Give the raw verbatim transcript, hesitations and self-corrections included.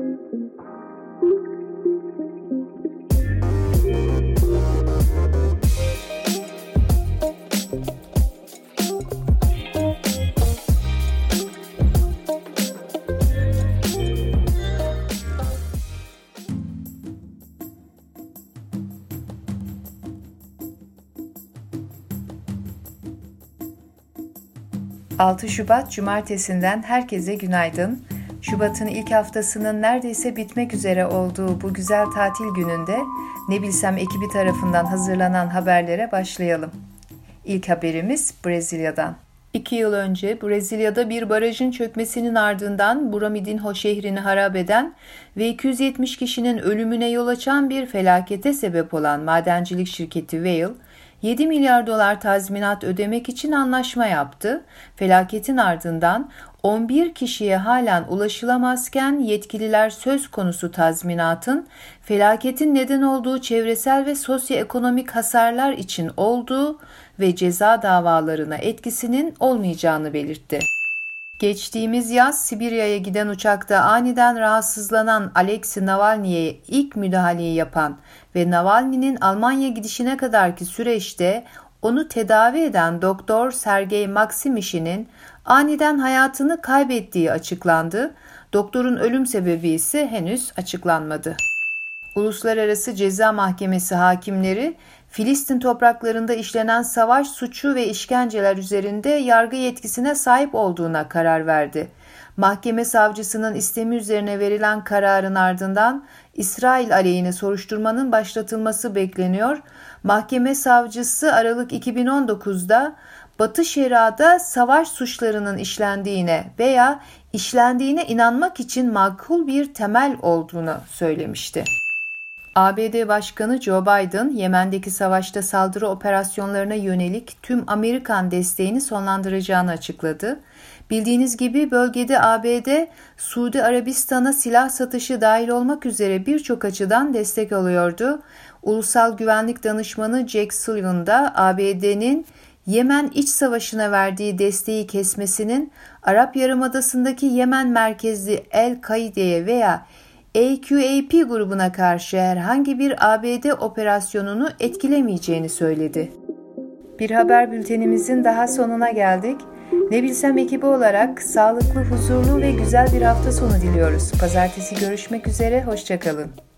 altı Şubat Cumartesi'nden herkese günaydın. Şubat'ın ilk haftasının neredeyse bitmek üzere olduğu bu güzel tatil gününde Ne Bilsem ekibi tarafından hazırlanan haberlere başlayalım. İlk haberimiz Brezilya'dan. İki yıl önce Brezilya'da bir barajın çökmesinin ardından Brumadinho şehrini harap eden ve iki yüz yetmiş kişinin ölümüne yol açan bir felakete sebep olan madencilik şirketi Vale, yedi milyar dolar tazminat ödemek için anlaşma yaptı. Felaketin ardından on bir kişiye halen ulaşılamazken yetkililer söz konusu tazminatın felaketin neden olduğu çevresel ve sosyoekonomik hasarlar için olduğu ve ceza davalarına etkisinin olmayacağını belirtti. Geçtiğimiz yaz Sibirya'ya giden uçakta aniden rahatsızlanan Alexei Navalny'ye ilk müdahaleyi yapan ve Navalny'nin Almanya gidişine kadarki süreçte onu tedavi eden Doktor Sergey Maksimişin'in aniden hayatını kaybettiği açıklandı. Doktorun ölüm sebebi ise henüz açıklanmadı. Uluslararası Ceza Mahkemesi hakimleri Filistin topraklarında işlenen savaş suçu ve işkenceler üzerinde yargı yetkisine sahip olduğuna karar verdi. Mahkeme savcısının istemi üzerine verilen kararın ardından İsrail aleyhine soruşturmanın başlatılması bekleniyor. Mahkeme savcısı Aralık iki bin on dokuzda Batı Şeria'da savaş suçlarının işlendiğine veya işlendiğine inanmak için makul bir temel olduğunu söylemişti. A B D Başkanı Joe Biden, Yemen'deki savaşta saldırı operasyonlarına yönelik tüm Amerikan desteğini sonlandıracağını açıkladı. Bildiğiniz gibi bölgede A B D, Suudi Arabistan'a silah satışı dahil olmak üzere birçok açıdan destek alıyordu. Ulusal Güvenlik Danışmanı Jake Sullivan da A B D'nin Yemen iç savaşına verdiği desteği kesmesinin Arap Yarımadası'ndaki Yemen merkezli El-Kaide'ye veya A Q A P grubuna karşı herhangi bir A B D operasyonunu etkilemeyeceğini söyledi. Bir haber bültenimizin daha sonuna geldik. Ne Bilsem ekibi olarak sağlıklı, huzurlu ve güzel bir hafta sonu diliyoruz. Pazartesi görüşmek üzere, hoşça kalın.